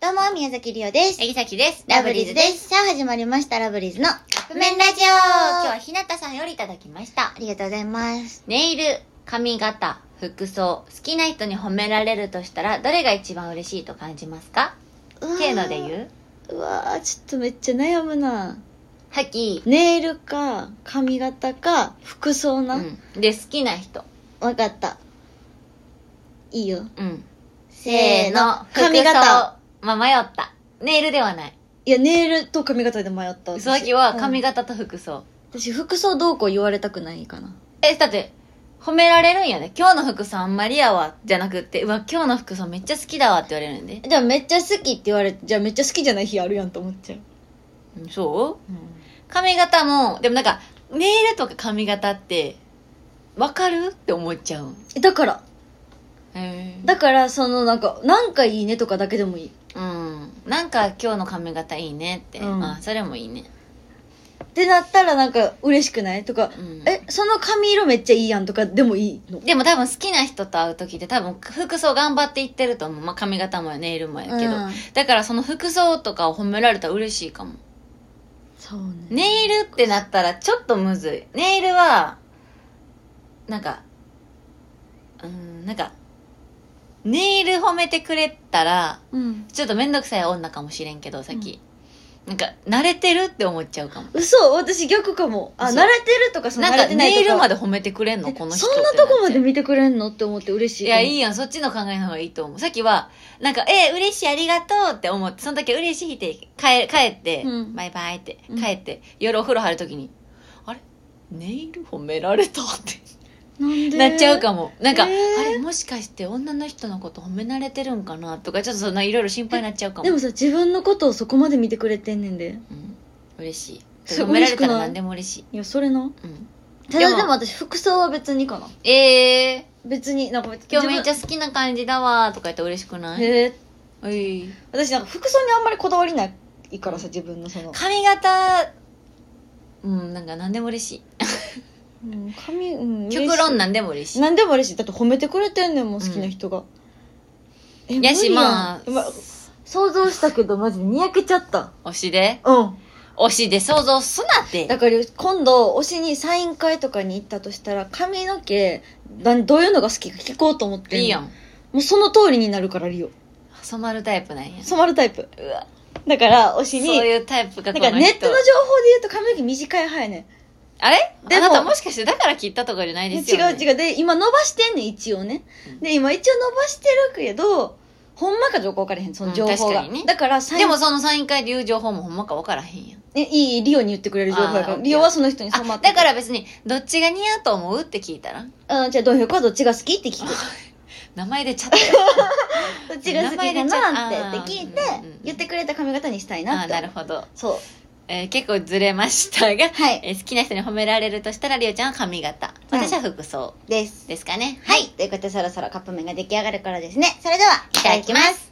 どうも、宮崎りおです。 えぎさきです。 ラブリーズです。さあ、始まりました、ラブリーズのカップ麺ラジオ。 今日はひなたさんよりいただきました。 ありがとうございます。 ネイル、髪型、服装、好きな人に褒められるとしたら、どれが一番嬉しいと感じますか？っていうので言う？ うわー、ちょっとめっちゃ悩むな。 さっき、 ネイルか、髪型か、服装な。 で、好きな人。 わかった。いいよ。 せーの、 髪型。 まあ、迷った。ネイルではない。 いや、ネイルと髪型で迷った。 さっきは髪型と服装。 私、服装どうこう言われたくないかな。 だって、褒められるんやね。今日の服装あんまりやわ、じゃなくって、うわ、今日の服装めっちゃ好きだわって言われるんで。 じゃあめっちゃ好きって言われて、じゃあめっちゃ好きじゃない日あるやんと思っちゃう。 そう、髪型も、でもなんか、ネイルとか髪型って、わかるって思っちゃう。 だから。 へだから、なんかいいねとかだけでもいい。 なんか今日の髪型いいねって。あ、それもいいね。 ってなったらなんか嬉しくないとか、その髪色めっちゃいいやんとかでもいいの。 でも多分好きな人と会う時って多分服装頑張っていってると思う。まあ髪型もネイルもやけど。だからその服装とかを褒められたら嬉しいかも。 そうね。 ネイルってなったらちょっとむずい。ネイルは、なんか、ネイル褒めてくれたら、ちょっとめんどくさい女かもしれんけど、さっき。なんか、慣れてるって思っちゃうかも。 嘘、私逆かも。あ、慣れてるとか、 なんか、ネイルまで褒めてくれんのこの人って。 そんなとこまで見てくれんのって思って嬉しい。 いや、いいやん。そっちの考えの方がいいと思う。さっきは、なんか、嬉しい、ありがとうって思って、その時嬉しいって帰って、バイバイって帰って、夜お風呂入る時に、あれネイル褒められたって。なっちゃうかも。なんか、あれもしかして女の人のこと褒められてるんかなとか、ちょっとそんないろいろ心配になっちゃうかも。 でもさ、自分のことをそこまで見てくれてんねんで。 嬉しい。褒められたら何でも嬉しい。 いや、それな。ただでも私、服装は別にかな。別に、なんか今日めっちゃ好きな感じだわーとか言って嬉しくない？ 私なんか服装にあんまりこだわりないからさ、自分の髪型、なんか何でも嬉しい。極論なんでも嬉しい。 なんでも嬉しい。だって褒めてくれてんねんもん、好きな人が。 やし、まあ、 想像したけどマジでにやけちゃった。 推しで推しで想像すなって。 だから今度推しにサイン会とかに行ったとしたら、髪の毛どういうのが好きか聞こうと思ってんの。 いいやん。 もうその通りになるからリオ。 染まるタイプなんや。 染まるタイプ。うわ。だから推しに。 そういうタイプがなんかネットの情報で言うと髪の毛短い派やねん。 あれあなたもしかしてだから切ったとかじゃないですよね。 違う。で、今伸ばしてんねん、一応ね。で、今一応伸ばしてるけど、ほんまかどうか分からへん、その情報が。 確かにね。 だからでもそのサイン会で言う情報もほんまか分からへんやん。 いい、リオに言ってくれる情報やから。リオはその人に染まってだから別に、どっちが似合うと思うって聞いたらじゃあ、どういう子はどっちが好きって聞く。 名前でちゃったよ。 どっちが好きかなって聞いて、言ってくれた髪型にしたいなって。 なるほど。 そう。 結構ずれましたが、好きな人に褒められるとしたら、りおちゃんは髪型。私は服装。ですかね。 はい。ということで、そろそろカップ麺が出来上がるからですね。それでは、いただきます。